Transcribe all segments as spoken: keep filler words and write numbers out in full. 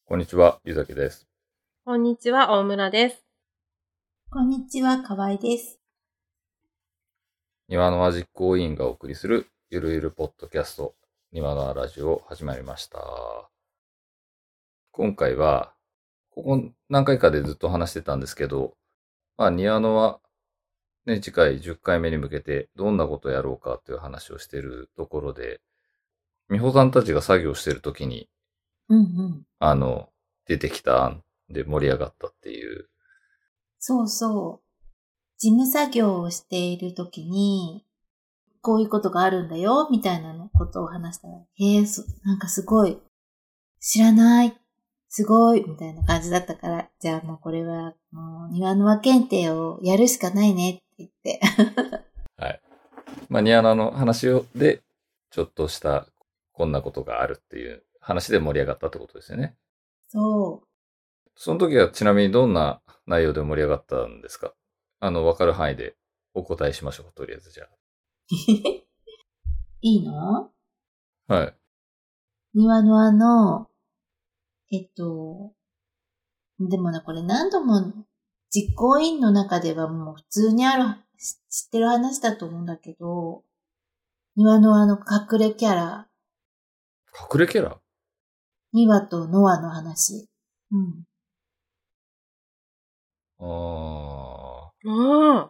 こんにちは、ゆうざきです。 こんにちは、大村です。 こんにちは、かわいです。 庭の輪実行委員がお送りするゆるゆるポッドキャスト、庭の輪ラジオ始まりました。今回は、ここ何回かでずっと話してたんですけど、まあ庭の輪、ね、次回じゅっかいめに向けてどんなことをやろうかという話をしているところで、美穂さんたちが作業しているときに、 うんうん。 あの、出てきた案で盛り上がったっていう。 そうそう。事務作業をしているときに、こういうことがあるんだよ、みたいなのことを話したら、へえ、そなんかすごい、知らない、すごい、みたいな感じだったから、じゃあもうこれは、もう庭の輪検定をやるしかないねって言って。 はい。まあ庭のの話をで、ちょっとしたこんなことがあるっていう話で盛り上がったってことですよね。 そう。 その時はちなみにどんな内容で盛り上がったんですか？あの、わかる範囲でお答えしましょう。とりあえずじゃいいの？ あ。はい。 庭の輪の、えっと、でもね、これ何度も実行委員の中ではもう普通にある、知ってる話だと思うんだけど、庭のあの隠れキャラ、 隠れキャラ？ 庭とノアの話。うん。 あああ。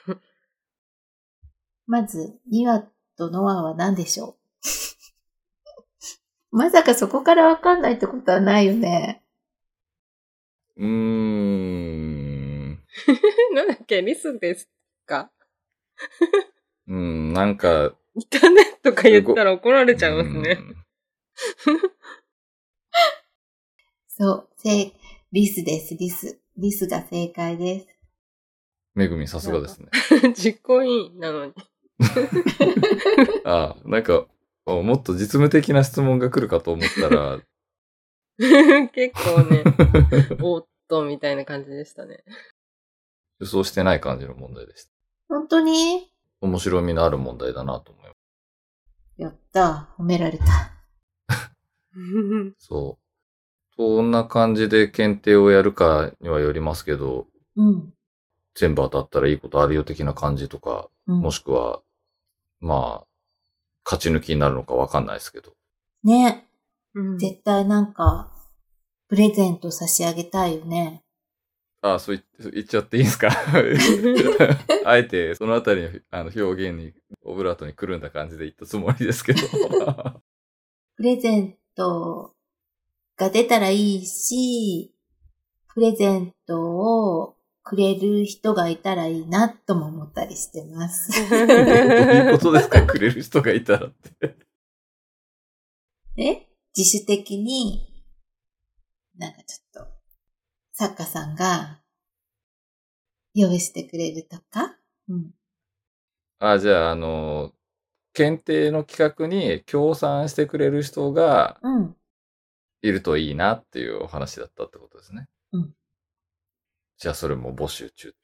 まず、庭とノアは何でしょう？まさかそこからわかんないってことはないよね。 ー。うーん。 なんだっけ、リスですか？ うん、なんか。 イタネとか言ったら怒られちゃいますね。 そう、せリスです、リス。リスが正解です。 めぐみさすがですね。 実行委員なのに。 ああ、なんか、もっと実務的な質問が来るかと思ったら。 結構ね、おっとみたいな感じでしたね。 予想してない感じの問題でした。 本当に？ 面白みのある問題だなと思います。 やった、褒められた。 そう。どんな感じで検定をやるかにはよりますけど、 うん。 全部当たったらいいことあるよ的な感じとか、 うん、 もしくは、まあ、勝ち抜きになるのかわかんないですけど。 ね、 うん、 絶対なんか、プレゼント差し上げたいよね。 ああ、そう言っちゃっていいんですか？あえて、そのあたりのあの表現に、オブラートにくるんだ感じで言ったつもりですけど。 プレゼントが出たらいいし、プレゼントをくれる人がいたらいいなとも思ったりしてます。 どういうことですか？くれる人がいたらって。 え？自主的に、なんかちょっと、作家さんが用意してくれるとか？うん。 あ、じゃあ、あの、検定の企画に協賛してくれる人が、 うん。 いるといいなっていうお話だったってことですね。 うん。 じゃあそれも募集中。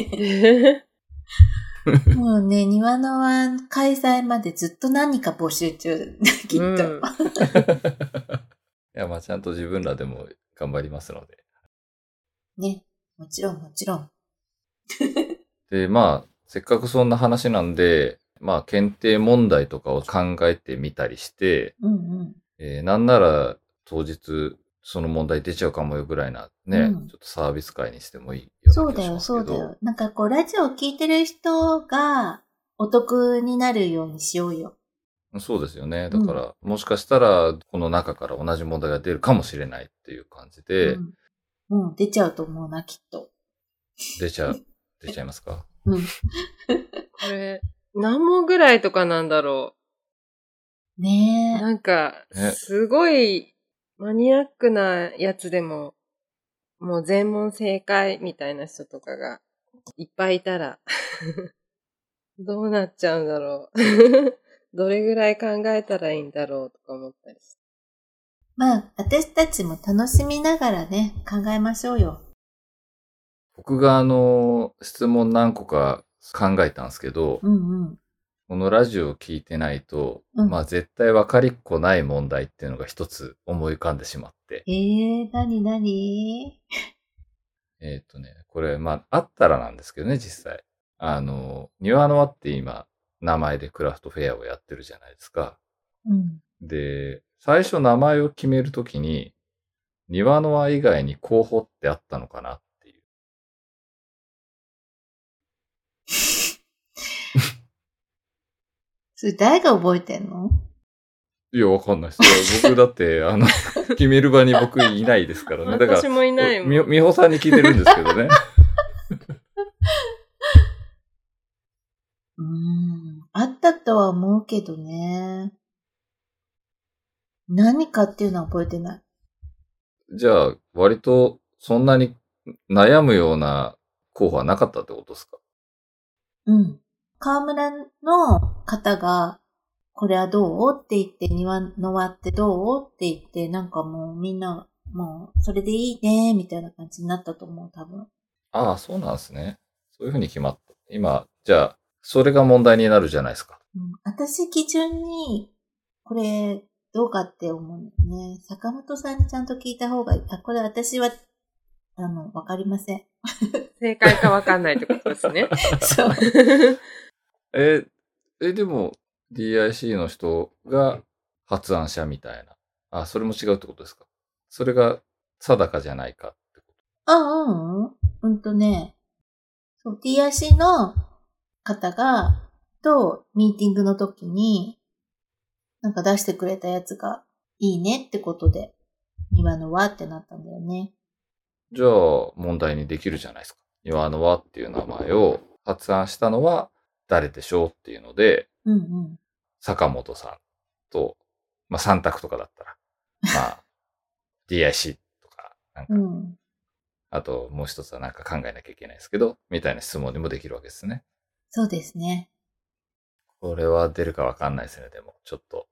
もうね、庭の輪開催までずっと何か募集中、きっと。うん、いや、まあちゃんと自分らでも頑張りますので。 ね、もちろんもちろん。 で、まあ、せっかくそんな話なんで、まあ、検定問題とかを考えてみたりして、 うんうん、 えー、なんなら当日その問題出ちゃうかもよぐらいなね、うん、ちょっとサービス会にしてもいいような気がしますけど。 そうだよ、そうだよ。なんかこう、ラジオを聞いてる人がお得になるようにしようよ。 そうですよね。だから、うん、もしかしたら、この中から同じ問題が出るかもしれないっていう感じで。うん。 うん、出ちゃうと思うな、きっと。 出ちゃう。出ちゃいますか？ うん。 これ、何問ぐらいとかなんだろう。ねえ。 なんか、すごいマニアックなやつでも、もう全問正解みたいな人とかがいっぱいいたら、どうなっちゃうんだろう。どれぐらい考えたらいいんだろうとか思ったりして。 まあ、私たちも楽しみながらね、考えましょうよ。 僕があの、質問何個か考えたんですけど、 うんうん、 このラジオを聞いてないと、 うん、 まあ絶対分かりっこない問題っていうのが一つ思い浮かんでしまって。 えー、なになにえっとね、これ、まあ、あったらなんですけどね、実際。あの、庭の輪って今、名前でクラフトフェアをやってるじゃないですか。 うん。 で、最初名前を決めるときに、庭の輪以外に候補ってあったのかなっていう。 それ誰が覚えてんの？ いや、わかんないです。僕だって、あの、決める場に僕いないですからね。だから、 私もいないもん。 み、みほさんに聞いてるんですけどね。 うーん。あったとは思うけどね。何かっていうのは覚えてない。 じゃあ、割と、そんなに悩むような候補はなかったってことですか？ うん。河村の方が、これはどうって言って、庭の輪ってどうって言って、なんかもうみんな、もう、それでいいね、みたいな感じになったと思う、多分。 ああ、そうなんですね。そういうふうに決まった。今、じゃあ、それが問題になるじゃないですか。 うん、私基準に、これ、どうかって思うね。坂本さんにちゃんと聞いた方がいい。あ、これ私は、あの、わかりません。 正解かわかんないってことですね。 そう。 え、え、でも、ディーアイシー の人が発案者みたいな。あ、それも違うってことですか？それが定かじゃないかってこあ、うん、うん。うんとね、そう、ディーアイシー の方が、と、ミーティングの時に、なんか出してくれたやつがいいねってことで、庭の輪ってなったんだよね。 と。じゃあ、問題にできるじゃないですか。庭の輪っていう名前を発案したのは誰でしょうっていうので、 うんうん。 坂本さんと、まあ、さん択とかだったら、まあ、ディーアイシー とか、なんか、 うん。 あともう一つはなんか考えなきゃいけないですけど、みたいな質問にもできるわけですね。 そうですね。 これは出るかわかんないですね、でも、ちょっと。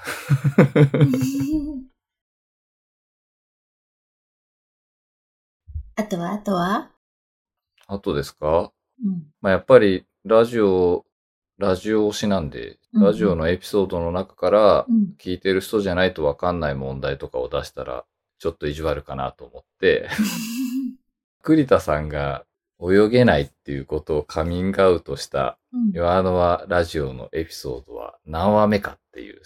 あとは、あとはあとですか？ うん。 まあ、やっぱり、ラジオ、ラジオ推しなんで、 うんうんラジオのエピソードの中からうん。 聞いてる人じゃないとわかんない問題とかを出したら、ちょっと意地悪かなと思って、栗田さんが泳げないっていうことをカミングアウトしたうん。 岩の輪ラジオのエピソードは何話目かっていう。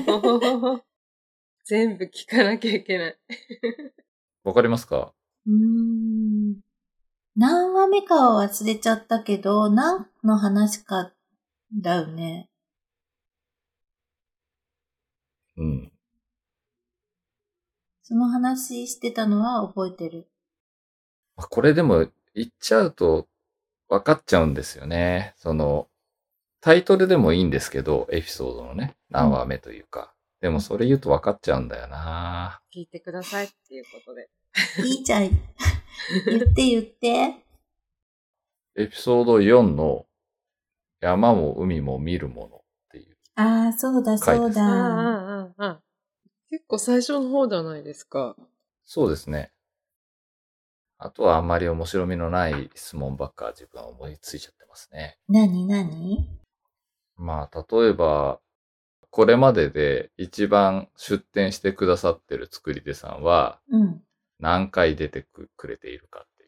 全部聞かなきゃいけない。 わかりますか？ うーん。何話目かは忘れちゃったけど、何の話かだよね。 うん。 その話してたのは覚えてる。 これでも言っちゃうと分かっちゃうんですよね。その、タイトルでもいいんですけど、エピソードのね、何話目というか。でもそれ言うと分かっちゃうんだよな。 聞いてくださいっていうことで。 いいじゃん。言って言って。 エピソードよんの山も海も見るものっていう。 ああ、そうだそうああ、 だ。 ああ、ああ。結構最初の方じゃないですか。 そうですね。あとはあんまり面白みのない質問ばっか自分は思いついちゃってますね。 なになに？ まあ、例えば、これまでで一番出展してくださってる作り手さんは、 うん。 何回出てくれているかっていう。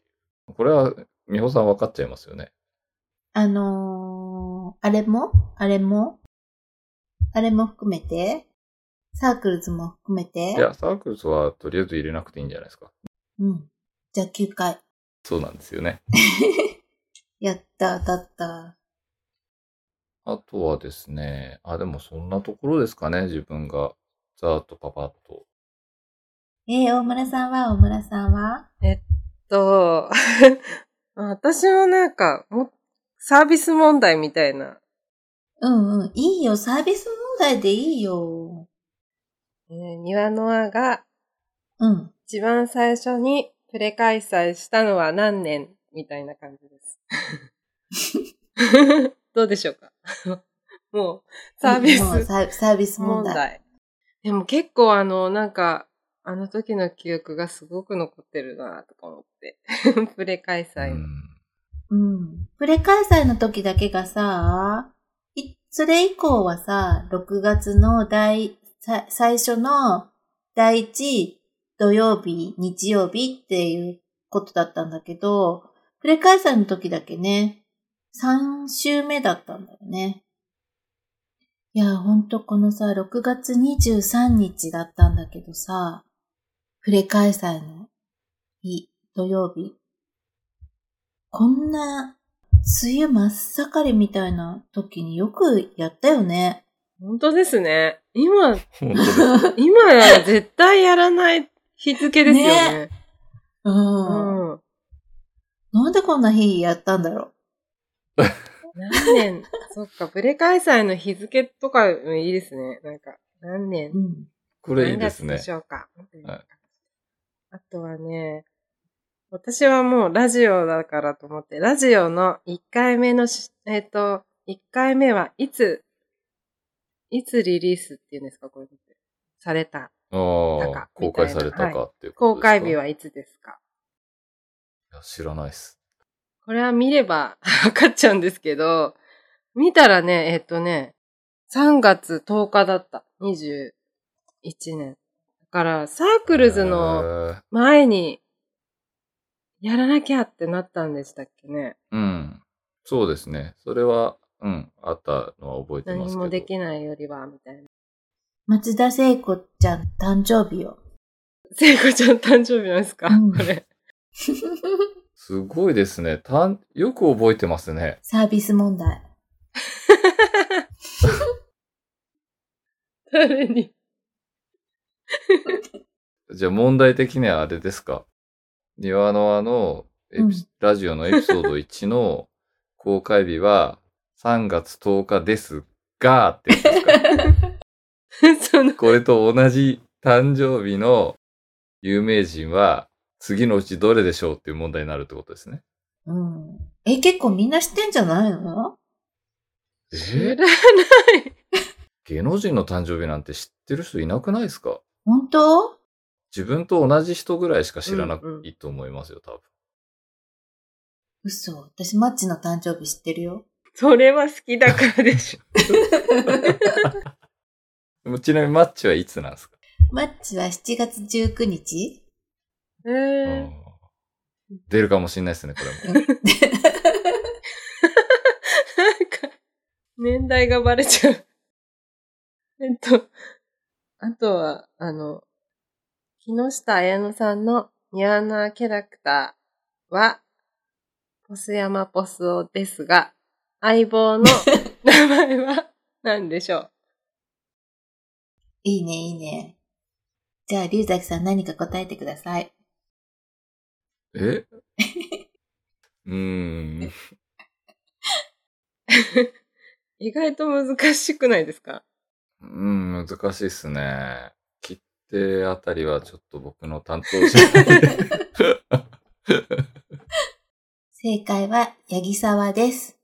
これは、美穂さん分かっちゃいますよね。 あのー、あれもあれもあれも含めてサークルズも含めていや、サークルスはとりあえず入れなくていいんじゃないですか。 うん。じゃあきゅうかい。 そうなんですよね。 やった、当たった。 あとはですね、あ、でもそんなところですかね、自分が。ざーっとパパッと。 えー、大村さんは大村さんはえっと、私はなんか、もサービス問題みたいな。 うんうん。いいよ。サービス問題でいいよ。 えー庭の輪がうん。 一番最初にプレ開催したのは何年みたいな感じです。どうでしょうか？もう、サービスもうササービス問題。 問題。でも結構あの、なんか、あの時の記憶がすごく残ってるなとか思って。プレ開催の。 うん。 うん。プレ開催の時だけがさ、いっそれ以降はさ、ろくがつの第、さ最初の第一土曜日、日曜日っていうことだったんだけど、プレ開催の時だけね、さん週目だったんだよね。いや、ほんとこのさ、ろくがつにじゅうさんにちだったんだけどさ、プレ開催の日、土曜日。こんな、梅雨真っ盛りみたいな時によくやったよね。 本当ですね。今、 本当です。 今や絶対やらない日付ですよね。 う。 うんん。 なんでこんな日やったんだろ何年、そっか、プレ開催の日付とかもいいですね。なんか、何年う。う。ん。 これいいですね何月で。しょうか。 はいあとはね、私はもうラジオだからと思って、ラジオのいっかいめのし、えっ、と、いっかいめはいつ、いつリリースっていうんですか、こういうのって。された。 ああ、 か公開されたみたいなかっていうこと公ですか。 開日はいつですか？ いや知らないっす。 これは見ればわかっちゃうんですけど、見たらね、えっ、とね、さんがつとおかだった。にじゅういちねん。だから、サークルズのへー前に、やらなきゃってなったんでしたっけね。 うん。そうですね。それは、うん、あったのは覚えてますけど。 何もできないよりは、みたいな。 松田聖子ちゃん誕生日よ。 聖子ちゃん誕生日なんですか、 うんこれ。 すごいですね。たん、よく覚えてますね。 サービス問題。 誰にじゃあ問題的にはあれですか。庭のあの、エピうんラジオのエピソードいちの公開日はさんがつとおかですが、ってやつですか。 その、 これと同じ誕生日の有名人は次のうちどれでしょうっていう問題になるってことですね。 うん。え、結構みんな知ってんじゃないの？ え知らない。 芸能人の誕生日なんて知ってる人いなくないですか？ 本当？ 自分と同じ人ぐらいしか知らなうんうんいと思いますよ、多分。 嘘。私、マッチの誕生日知ってるよ。 それは好きだからでしょ。 でもちなみにマッチはいつなんですか？ マッチはしちがつじゅうくにち？ えうー、 ん出るかもしれないですね、これも。 なんか、年代がバレちゃう。えっと、あとは、あの、木下彩乃さんのニアナキャラクターは、ポス山ポスオですが、相棒の名前は何でしょう？ いいね、いいね。じゃあ、龍崎さん何か答えてください。 えうーん。 意外と難しくないですか？ うん、難しいっすね。切手あたりはちょっと僕の担当じゃないで。 正解は、八木沢です。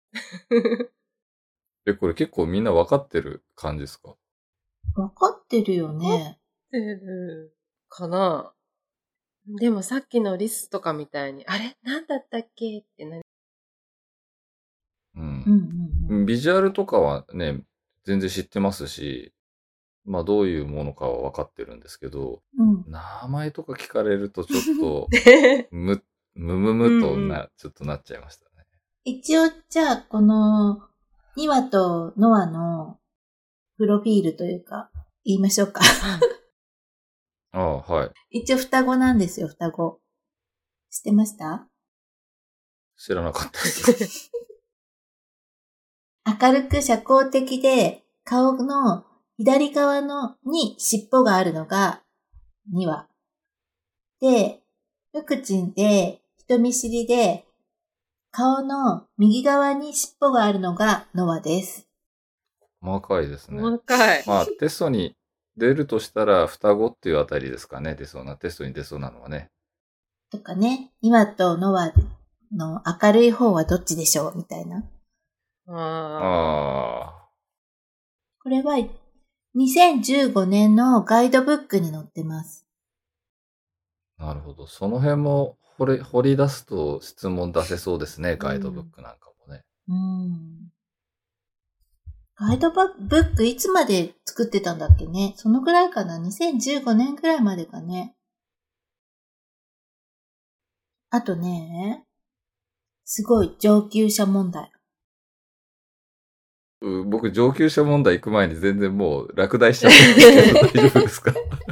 え、これ結構みんな分かってる感じですか？ わかってるよね。 てるかな。でもさっきのリスとかみたいに、あれなんだったっけってなり、 う。 うんんうんうん。 ビジュアルとかはね、全然知ってますし、まあどういうものかは分かってるんですけど、 うん。 名前とか聞かれるとちょっと、む、むむむとな、 うんうんちょっとなっちゃいましたね。 一応、じゃあ、この、にわとノアのプロフィールというか、言いましょうか。 ああ、はい。 一応双子なんですよ、双子。知ってました？ 知らなかったです。 明るく社交的で、顔の左側のに尻尾があるのがにわ。で、無口で人見知りで、顔の右側に尻尾があるのがノアです。 細かいですね。 細かい。 まあテストに出るとしたら双子っていうあたりですかね。出そうな、テストに出そうなのはね。 とかね、にわとノアの明るい方はどっちでしょうみたいな。 あああ。 これはにせんじゅうごねんのガイドブックに載ってます。 なるほど。その辺も掘り、掘り出すと質問出せそうですね。ガイドブックなんかもね。 うん。 ガイドブックいつまで作ってたんだっけね。そのぐらいかな。にせんじゅうごねんぐらいまでかね。あとね、すごい上級者問題。 う僕、上級者問題行く前に全然もう落第しちゃってるけど大丈夫ですか？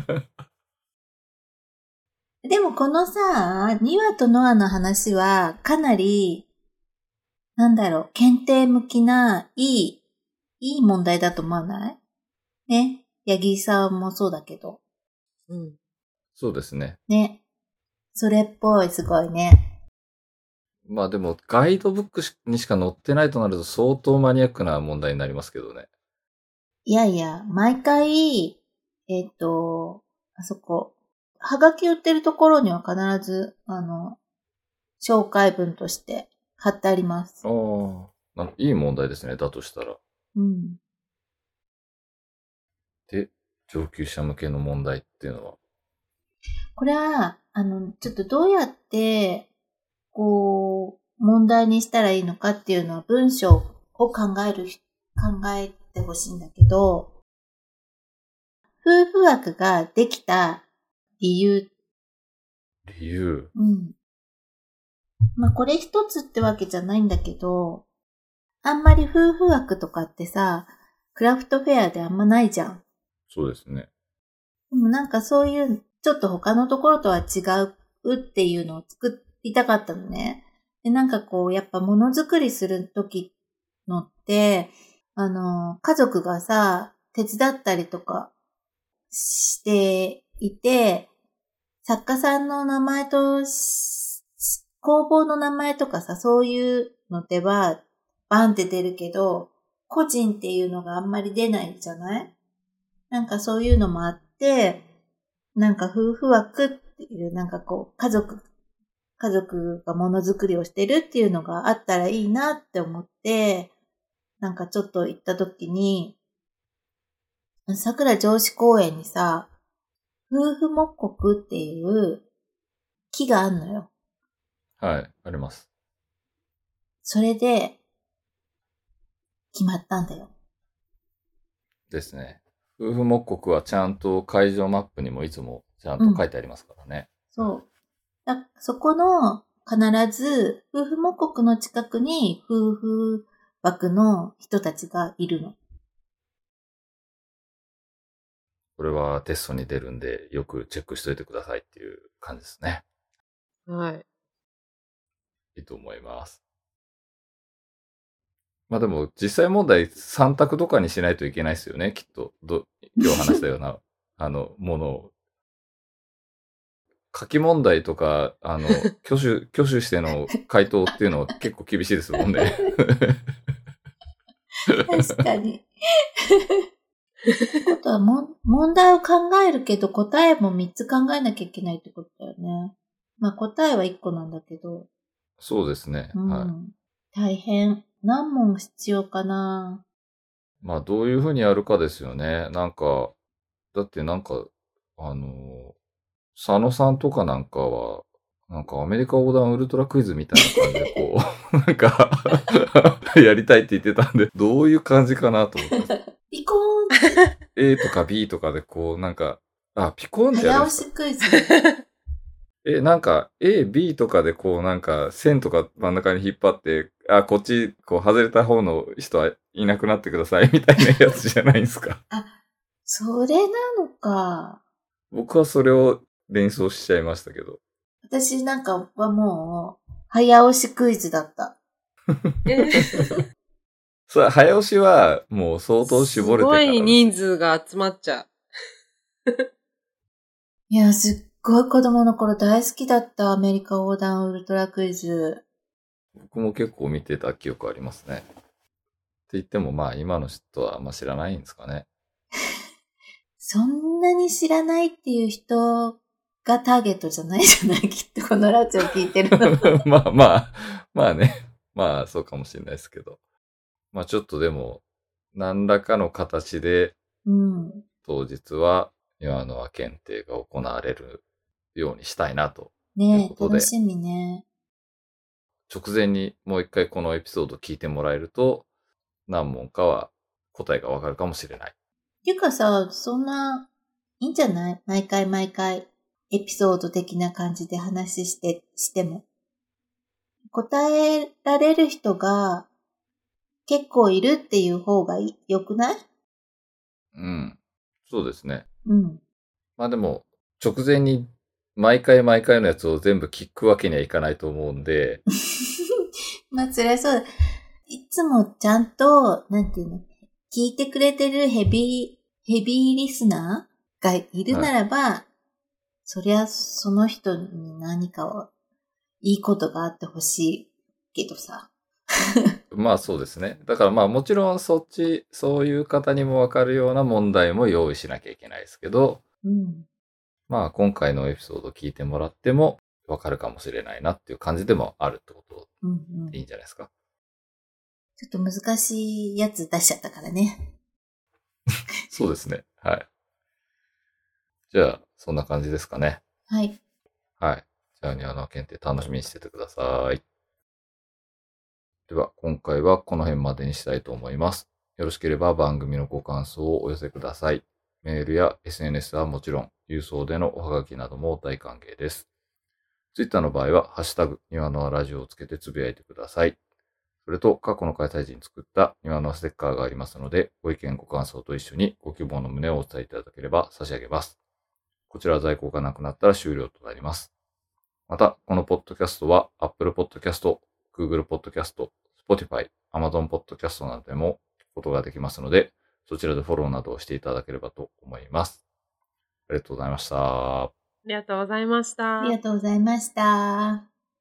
でもこのさ、にわとノアの話はかなり、なんだろう、検定向きないい、いい問題だと思わない？ね。八木さんもそうだけど。 うん。 そうですね。 ね。それっぽい、すごいね。 まあでも、ガイドブックにしか載ってないとなると相当マニアックな問題になりますけどね。 いやいや、毎回、えっと、あそこ、はがき売ってるところには必ず、あの、紹介文として貼ってあります。 ああ、いい問題ですね。だとしたら。 うん。 で、上級者向けの問題っていうのは。 これは、あの、ちょっとどうやって、こう、問題にしたらいいのかっていうのは文章を考える、考えてほしいんだけど、夫婦枠ができた理由。 理由。 うん。まあ、これ一つってわけじゃないんだけど、あんまり夫婦枠とかってさ、クラフトフェアであんまないじゃん。 そうですね。 でもなんかそういう、ちょっと他のところとは違うっていうのを作りたかったのね。で、なんかこう、やっぱものづくりするときのって、あの、家族がさ、手伝ったりとかしていて、作家さんの名前と、工房の名前とかさ、そういうのでは、バンって出るけど、個人っていうのがあんまり出ないじゃない？なんかそういうのもあって、なんか夫婦枠っていう、なんかこう、家族、家族がものづくりをしてるっていうのがあったらいいなって思って、なんかちょっと行った時に、桜城址公園にさ、夫婦木国っていう木があんのよ。 はい、あります。 それで、決まったんだよ。 ですね。夫婦木国はちゃんと会場マップにもいつもちゃんと書いてありますからね。 うん、そう。だそこの必ず夫婦木国の近くに夫婦枠の人たちがいるの。 これはテストに出るんでよくチェックしといてくださいっていう感じですね。 はい。 いいと思います。まあでも実際問題さん択とかにしないといけないですよね、きっと。ど今日話したようなあのものを。書き問題とか、あの、挙手、挙手しての回答っていうのは結構厳しいですもんね。 確かに。ってことはも、問題を考えるけど答えもみっつ考えなきゃいけないってことだよね。まあ答えはいっこなんだけど。 そうですね。 うん、 はい。 大変。何問必要かな。 まあどういうふうにやるかですよね。なんか、だってなんか、あの、佐野さんとかなんかは、なんかアメリカ横断ウルトラクイズみたいな感じでこう、なんかやりたいって言ってたんで、どういう感じかなと思って。 ピコーンって。 A とか B とかでこう、なんか、あ、ピコーンってやるんですか？ 早押しクイズ。 え、なんか A、B とかでこうなんか線とか真ん中に引っ張って、あ、こっちこう外れた方の人はいなくなってくださいみたいなやつじゃないんですか？ あ、それなのか。 僕はそれを連想しちゃいましたけど。 私なんかはもう、早押しクイズだった。 それ早押しはもう相当絞れてからです。 すごい人数が集まっちゃう。 いや、すっごい子供の頃大好きだったアメリカ横断ウルトラクイズ。 僕も結構見てた記憶ありますね。って言ってもまあ今の人はあんま知らないんですかね。 そんなに知らないっていう人がターゲットじゃないじゃない、きっとこのラジオ聞いてるの。 まあまあ、まあね。まあそうかもしれないですけど。まあちょっとでも、何らかの形で、 うん、 当日は岩の輪検定が行われるようにしたいなとねえ、楽しみね。 直前にもう一回このエピソード聞いてもらえると、何問かは答えがわかるかもしれない。 っていうかさ、そんな、いいんじゃない？毎回毎回、エピソード的な感じで話して、しても。答えられる人が結構いるっていう方がい良くない？ うん。そうですね。 うん。 まあでも、直前に毎回毎回のやつを全部聞くわけにはいかないと思うんで。 まあ、そりゃそうだ。いつもちゃんと、なんていうの、聞いてくれてるヘビー、ヘビーリスナーがいるならば、はい、そりゃその人に何かを、いいことがあってほしいけどさ。 まあそうですね。だからまあもちろんそっち、そういう方にもわかるような問題も用意しなきゃいけないですけど、 うん、 まあ今回のエピソード聞いてもらってもわかるかもしれないなっていう感じでもあるってことでいいんじゃないですか。 うんうん、ちょっと難しいやつ出しちゃったからね。 そうですね。はい。じゃあ、そんな感じですかね。 はい。 はい。じゃあ、ニワノワ検定楽しみにしててください。では、今回はこの辺までにしたいと思います。よろしければ番組のご感想をお寄せください。メールや エスエヌエス はもちろん、郵送でのおはがきなども大歓迎です。Twitter の場合は、ハッシュタグ、ニワノワラジオをつけてつぶやいてください。それと、過去の開催時に作ったニワノワステッカーがありますので、ご意見ご感想と一緒にご希望の旨をお伝えいただければ差し上げます。こちら在庫がなくなったら終了となります。また、このポッドキャストは Apple Podcast、Google Podcast、Spotify、Amazon Podcast などでも聞くことができますので、そちらでフォローなどをしていただければと思います。ありがとうございました。 ありがとうございました。 ありがとうございました。